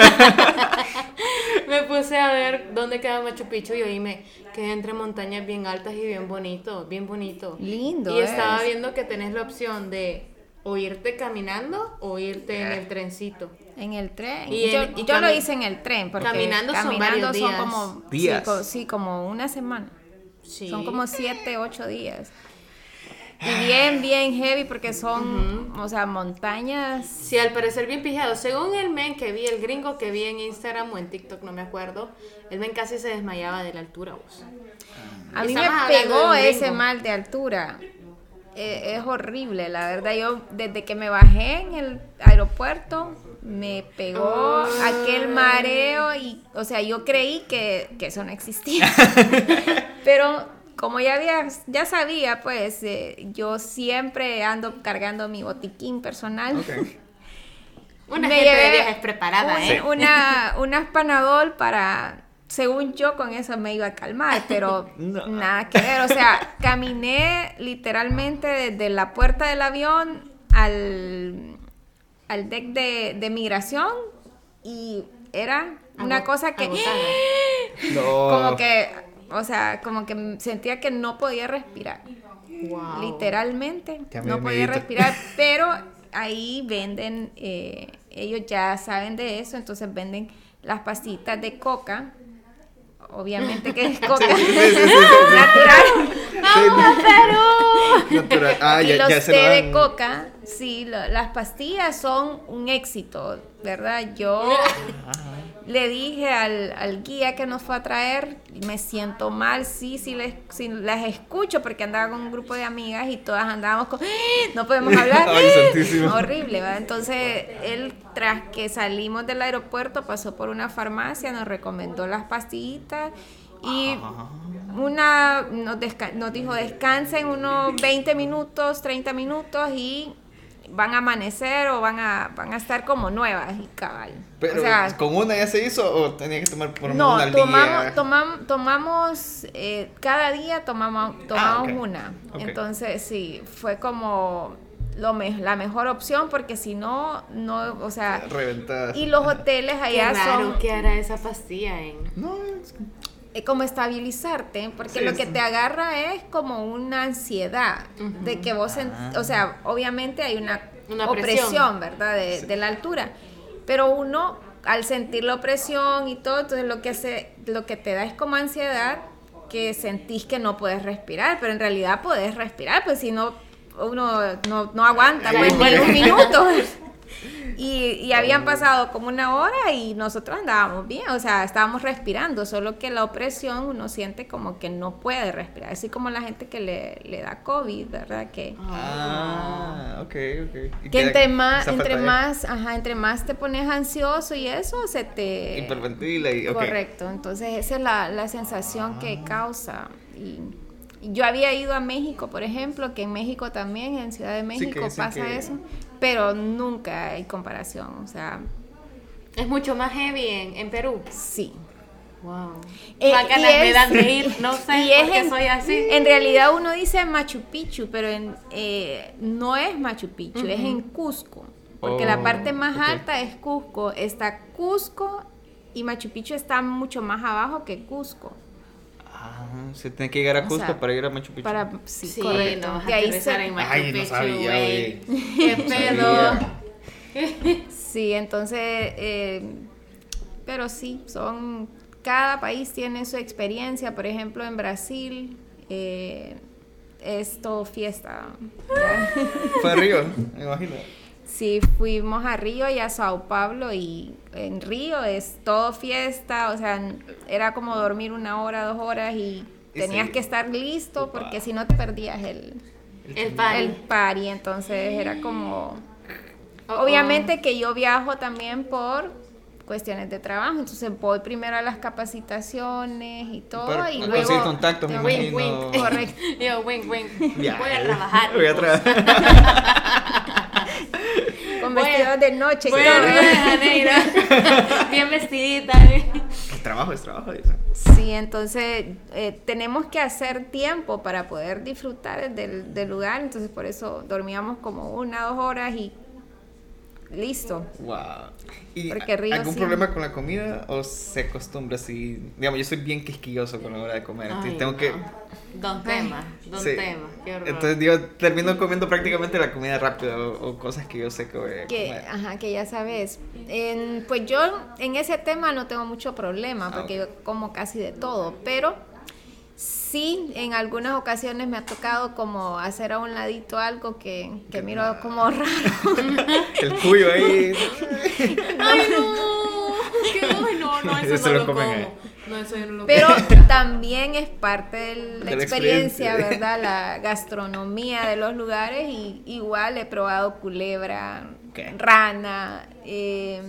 Me puse a ver dónde queda Machu Picchu y ahí me quedé entre montañas bien altas y bien bonito, bien bonito. Lindo Y estaba es. viendo que tenés la opción de o irte caminando o irte en el trencito. En el tren. Y yo en- y yo lo cami- hice en el tren. Porque caminando son caminando varios son días. como, Días. Sí, co- sí, como una semana. Sí. Son como siete, ocho días. Y bien, bien heavy porque son, uh-huh. o sea, montañas. Sí, al parecer bien pijado. Según el men que vi, el gringo que vi en Instagram o en TikTok, no me acuerdo, el men casi se desmayaba de la altura, vos. A mí me pegó ese mal de altura. Eh, es horrible, la verdad. Yo desde que me bajé en el aeropuerto me pegó oh. aquel mareo y, o sea, yo creí que, que eso no existía. Pero como ya había, ya sabía, pues eh, yo siempre ando cargando mi botiquín personal. Okay. Una me gente de viajes preparada, un, ¿eh? Una, unas Panadol para, según yo, con eso me iba a calmar, pero no. nada que ver. O sea, caminé literalmente desde la puerta del avión al, al deck de, de migración y era una Agot- cosa que... No. Como que... O sea, como que sentía que no podía respirar. Wow. Literalmente, no podía respirar. Pero ahí venden, eh, ellos ya saben de eso, entonces venden las pastillitas de coca. Obviamente que es coca sí, sí, sí, sí, sí, sí. natural. ¡Vamos a Perú! Natural. Ah, y ya, los ya se té lo dan. de coca, sí, lo, las pastillas son un éxito, ¿verdad? Yo... Le dije al, al guía que nos fue a traer, me siento mal, sí, sí, les, sí las escucho porque andaba con un grupo de amigas y todas andábamos con, ¡ah! No podemos hablar, Ay, santísimo. horrible, ¿verdad? Entonces él, tras que salimos del aeropuerto, pasó por una farmacia, nos recomendó las pastillitas y una nos, desca- nos dijo descansen unos veinte minutos, treinta minutos y van a amanecer o van a van a estar como nuevas y cabal. Pero, o sea, ¿con una ya se hizo o tenía que tomar por no, una al tomamos, día? tomamos, tomamos eh, cada día tomamos, tomamos ah, okay. una. Okay. Entonces, sí, fue como lo me, la mejor opción porque si no, no, o sea... Reventada. Y los hoteles allá Qué raro, son... ¿qué hará esa pastilla en...? No, es... como estabilizarte, porque sí, lo que sí. te agarra es como una ansiedad, uh-huh. de que vos, en, o sea, obviamente hay una, una opresión, presión. ¿verdad? De, sí. de la altura, pero uno, al sentir la opresión y todo, entonces lo que hace, lo que te da es como ansiedad, que sentís que no puedes respirar, pero en realidad podés respirar, pues si no, uno no, no aguanta, pues ni un minuto. Y, y habían pasado como una hora y nosotros andábamos bien, o sea, estábamos respirando, solo que la opresión uno siente como que no puede respirar, así como la gente que le, le da COVID, ¿verdad? Que, ah, ok, ok. que entre más, entre más, ajá, entre más te pones ansioso y eso se te... hiperventila y... Okay. Correcto, entonces esa es la, la sensación ah. que causa. Y yo había ido a México, por ejemplo, que en México también, en Ciudad de México sí pasa que... eso. Pero nunca hay comparación, o sea... ¿Es mucho más heavy en, en Perú? Sí. Wow. Eh, Más ganas me dan de ir, no sé y por qué en, soy así. En realidad uno dice Machu Picchu, pero en, eh, no es Machu Picchu, uh-huh. es en Cusco. Porque oh, la parte más okay. alta es Cusco. Está Cusco y Machu Picchu está mucho más abajo que Cusco. Ah, se tiene que llegar a Cusco o sea, para ir a Machu Picchu. Para, sí, sí correcto. No, de ahí se... en Machu Ay, Picchu, no sabía, güey. ¿Qué pedo? Sí, entonces, eh, pero sí, son, cada país tiene su experiencia. Por ejemplo, en Brasil, eh, es todo fiesta. Fue a Río, me imagino. Sí, fuimos a Río y a Sao Paulo y en Río es todo fiesta, o sea, era como dormir una hora, dos horas y tenías sí. que estar listo porque wow. si no te perdías el, el party. El party, entonces era como... Uh-oh. Obviamente que yo viajo también por cuestiones de trabajo, entonces voy primero a las capacitaciones y todo Para, y para luego... conseguir contactos, me wink, imagino. Wink. Correcto. Yo, wink, wink. Ya, voy a trabajar. Voy a trabajar. Con vestidos de noche y voy todo. a Río de Janeiro. Bien vestidita. El trabajo es trabajo, dice. Sí, entonces eh, tenemos que hacer tiempo para poder disfrutar del, del lugar, entonces por eso dormíamos como una, dos horas y listo. Wow. ¿Y Río algún sí. problema con la comida o se acostumbra así? Digamos, yo soy bien quisquilloso con la hora de comer, entonces Ay, tengo no. que... Don tema, don sí. tema, qué horror. Entonces digo, termino comiendo prácticamente la comida rápida o, o cosas que yo sé que voy a que, comer. Ajá, que ya sabes. En, pues yo en ese tema no tengo mucho problema porque ah, okay. yo como casi de todo, pero Sí, en algunas ocasiones me ha tocado como hacer a un ladito algo que, que miro como raro. El cuyo ahí. ¡Ay, no! ¿Qué? Ay, no, no, eso, Eso no lo lo comen como. ahí. No, eso yo no lo Pero como. también es parte de la, De la experiencia, experiencia. ¿verdad? La gastronomía de los lugares y igual he probado culebra, ¿Qué? rana, eh,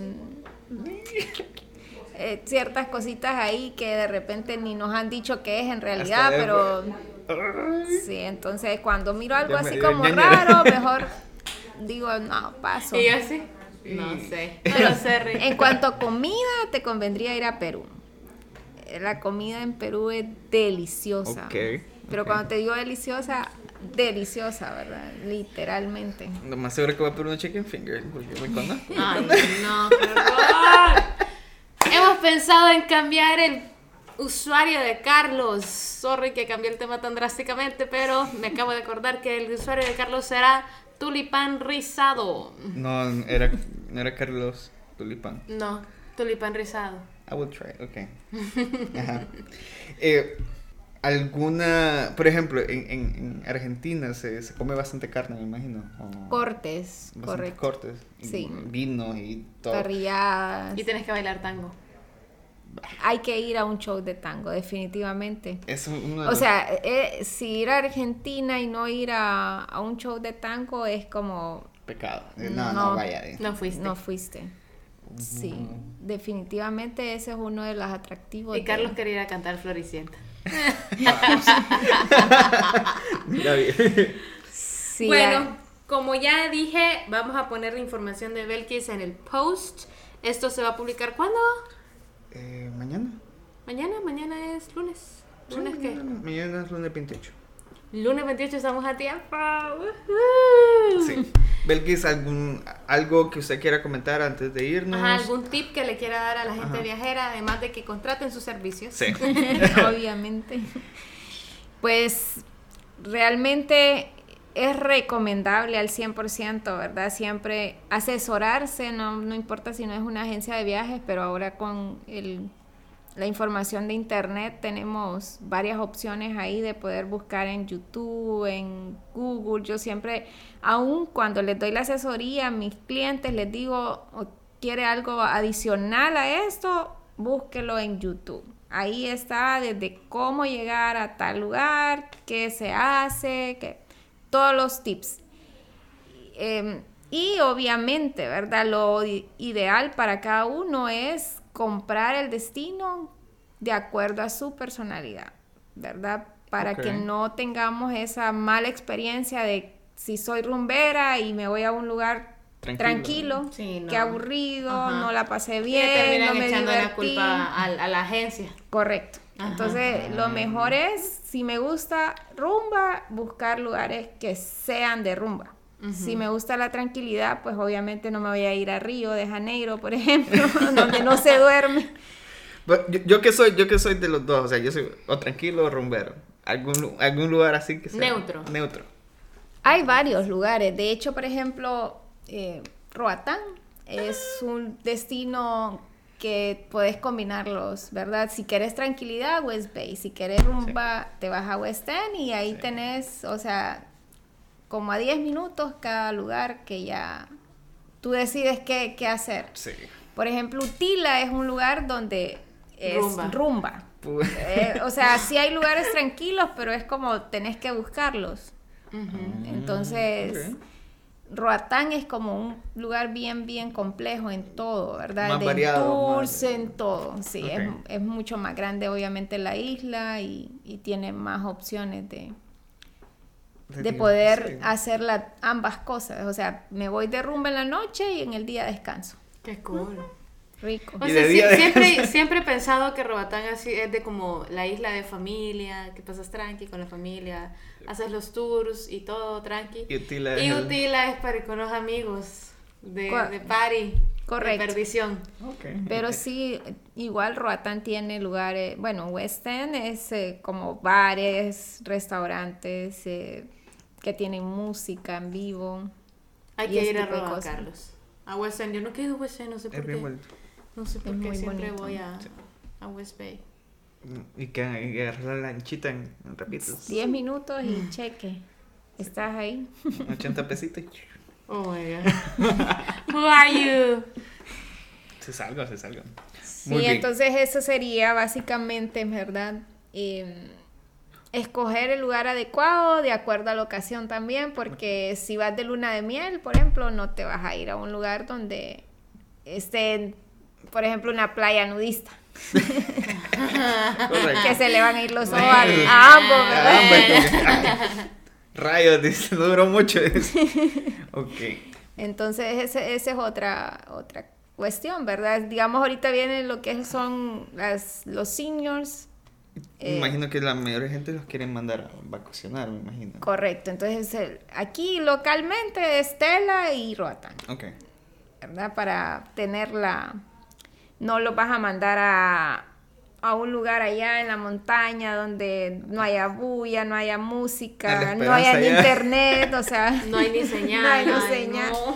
eh, ciertas cositas ahí que de repente ni nos han dicho qué es en realidad, Hasta de- pero sí, entonces cuando miro algo Ya me así dio como ñañara. raro, mejor digo, no, paso. ¿Y yo así? No sé. No lo sé, Rick. En cuanto a comida, te convendría ir a Perú. La comida en Perú es deliciosa. Ok, Pero ok. cuando te digo deliciosa, deliciosa, ¿verdad? Literalmente. Lo más seguro que voy a pedir una chicken finger, porque me conozco. Ay, no, perdón. Hemos pensado en cambiar el usuario de Carlos. Sorry que cambié el tema tan drásticamente, pero me acabo de acordar que el usuario de Carlos será Tulipán Rizado. No, era, no era Carlos Tulipán. No, Tulipán Rizado. I will try, ok. Ajá. Eh, ¿Alguna, por ejemplo, en, en, en Argentina se, se come bastante carne, me imagino? O Cortes, bastante correcto. cortes. y Sí. Vinos y todo. Parrilladas. Y tienes que bailar tango. Hay que ir a un show de tango, definitivamente. Es uno de O los- sea, eh, si ir a Argentina y no ir a, a un show de tango es como Pecado. Eh, No, no, No. vaya. eh. No fuiste. no fuiste. Sí, definitivamente ese es uno de los atractivos. Y de- Carlos quería ir a cantar Floricienta. Ya vi. Sí, Bueno, ah, como ya dije, vamos a poner la información de Belkis en el post. Esto se va a publicar ¿cuándo? Eh, ¿Mañana? Mañana, mañana es lunes. ¿Lunes Sí, qué? Mañana, mañana es lunes veintiocho. Lunes veintiocho estamos a tiempo. ¡Woohoo! Sí. Belkis, ¿algún, ¿algo que usted quiera comentar antes de irnos? Ajá, ¿algún tip que le quiera dar a la gente Ajá. viajera, además de que contraten sus servicios? Sí. obviamente. Pues realmente es recomendable al cien por ciento, ¿verdad? Siempre asesorarse, no, no importa si no es una agencia de viajes, pero ahora con el, la información de internet tenemos varias opciones ahí de poder buscar en YouTube, en Google. Yo siempre, aun cuando les doy la asesoría a mis clientes, les digo, o quiere algo adicional a esto, búsquelo en YouTube. Ahí está desde cómo llegar a tal lugar, qué se hace, qué, todos los tips. Eh, y obviamente, ¿verdad? Lo i- ideal para cada uno es comprar el destino de acuerdo a su personalidad, ¿verdad? Para Ok. que no tengamos esa mala experiencia de si soy rumbera y me voy a un lugar Tranquilo. tranquilo, Sí, no. qué aburrido, Ajá. no la pasé Y le bien, terminan no me echando la divertí. culpa a, a la agencia. Correcto. Ajá. Entonces, lo mejor es, si me gusta rumba, buscar lugares que sean de rumba. Si me gusta la tranquilidad, pues obviamente no me voy a ir a Río de Janeiro, por ejemplo, donde no se duerme. But yo, yo que soy, yo que soy de los dos, o sea, yo soy o tranquilo o rumbero. ¿Algún, lu- algún lugar así que sea Neutro. Neutro. Hay varios lugares. De hecho, por ejemplo, eh, Roatán es un destino que puedes combinarlos, ¿verdad? Si quieres tranquilidad, West Bay. Si quieres rumba, te vas a West End y ahí Sí. tenés, o sea, como a diez minutos cada lugar que ya tú decides qué, qué hacer. Sí. Por ejemplo, Utila es un lugar donde es Rumba. rumba. Pu- Eh, o sea, sí hay lugares tranquilos, pero es como tenés que buscarlos. Entonces, ok. Roatán es como un lugar bien, bien complejo en todo, ¿verdad? Más de variado, tours, más- en todo. Sí, es, Ok. es mucho más grande, obviamente, la isla y, y tiene más opciones de, de poder Sí. hacer la- ambas cosas. O sea, me voy de rumba en la noche y en el día descanso. Qué cool. Rico. O Y sea, de sí- día de- siempre, siempre he pensado que Roatán así es de como la isla de familia, que pasas tranqui con la familia, haces los tours y todo tranqui. Y Utila es Y el- Utila es para ir con los amigos de, Co- de party, Correcto. de perdición. Ok. Pero sí, igual Roatán tiene lugares, bueno, West End es eh, como bares, restaurantes eh, que tienen música en vivo. Hay y que ese ir a tipo de Roa, cosas. Carlos. A West End, yo no quiero West End, no sé por Es qué. bien bonito. No sé por Es qué muy siempre bonito. voy a, a West Bay. Y que y agarrar la lanchita en, en rapitos. diez minutos y cheque. Estás ahí. ochenta pesitos. Oh my God. Who are you? Se salga, se salga. Sí, entonces eso sería básicamente, ¿verdad? Eh, escoger el lugar adecuado de acuerdo a la ocasión también, porque si vas de luna de miel, por ejemplo, no te vas a ir a un lugar donde esté, por ejemplo, una playa nudista. Que se le van a ir los ojos a, a ambos, ¿verdad? A ambos. Rayos, dice, no duró mucho. Ok. Entonces, ese, esa es otra, otra cuestión, ¿verdad? Digamos, ahorita viene lo que son las, los seniors. Me imagino eh, que la mayoría de gente los quieren mandar a vacacionar, me imagino. Correcto, entonces el, aquí localmente es Tela y Roatán. Ok. ¿Verdad? Para tenerla, no los vas a mandar a, a un lugar allá en la montaña donde no haya bulla, no haya música, no haya ni internet, o sea... No hay ni señal. No hay ni ay, señal. No.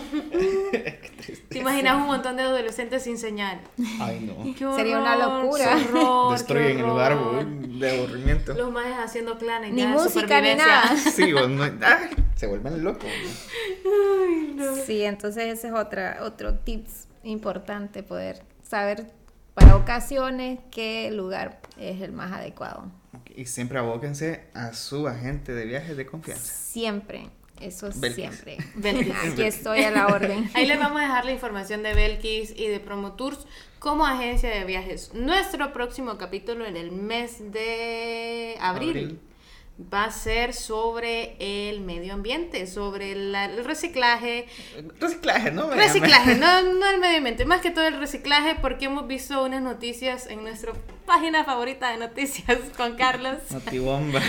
¿Te imaginas un montón de adolescentes sin señal? Ay, no. Qué horror, sería una locura. Horror, destruyen el lugar de aburrimiento. Los maes haciendo clanes. Ni música ni nada. Sí, o no, ay, se vuelven locos. Ay, no. Sí, entonces ese es otra, otro tips importante, poder saber para ocasiones qué lugar es el más adecuado. Y siempre abóquense a su agente de viajes de confianza. Siempre. Eso Belkis. Siempre. Belkis. Aquí estoy a la orden. Ahí les vamos a dejar la información de Belkis y de Promotours como agencia de viajes. Nuestro próximo capítulo en el mes de abril, abril. va a ser sobre el medio ambiente, sobre la, el reciclaje. Reciclaje, ¿no? Reciclaje, no, no el medio ambiente, más que todo el reciclaje, porque hemos visto unas noticias en nuestra página favorita de noticias con Carlos. Notibomba.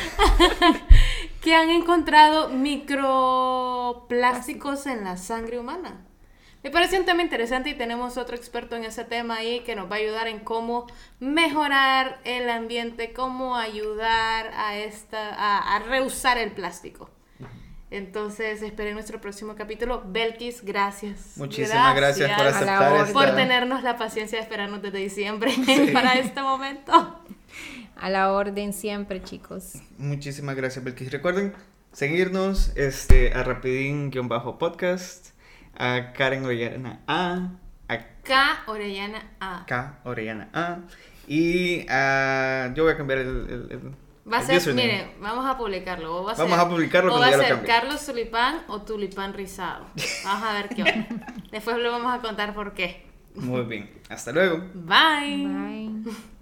Que han encontrado microplásticos en la sangre humana. Me parece un tema interesante y tenemos otro experto en ese tema ahí que nos va a ayudar en cómo mejorar el ambiente, cómo ayudar a esta a, a reusar el plástico. Entonces, esperen nuestro próximo capítulo. Belkis, gracias. Muchísimas gracias, gracias por aceptar esta... por tenernos la paciencia de esperarnos desde diciembre sí. para este momento. A la orden siempre, chicos. Muchísimas gracias, Belkis. Recuerden seguirnos este, a Rapidín-podcast, a Karen Orellana A, a K Orellana A. K Orellana A. Y a... yo voy a cambiar el... el, el va a ser, mire, vamos a publicarlo. O va a vamos ser, a publicarlo. O va a ser Carlos Tulipán o Tulipán Rizado. Vamos a ver qué onda. Después le vamos a contar por qué. Muy bien. Hasta luego. Bye. Bye.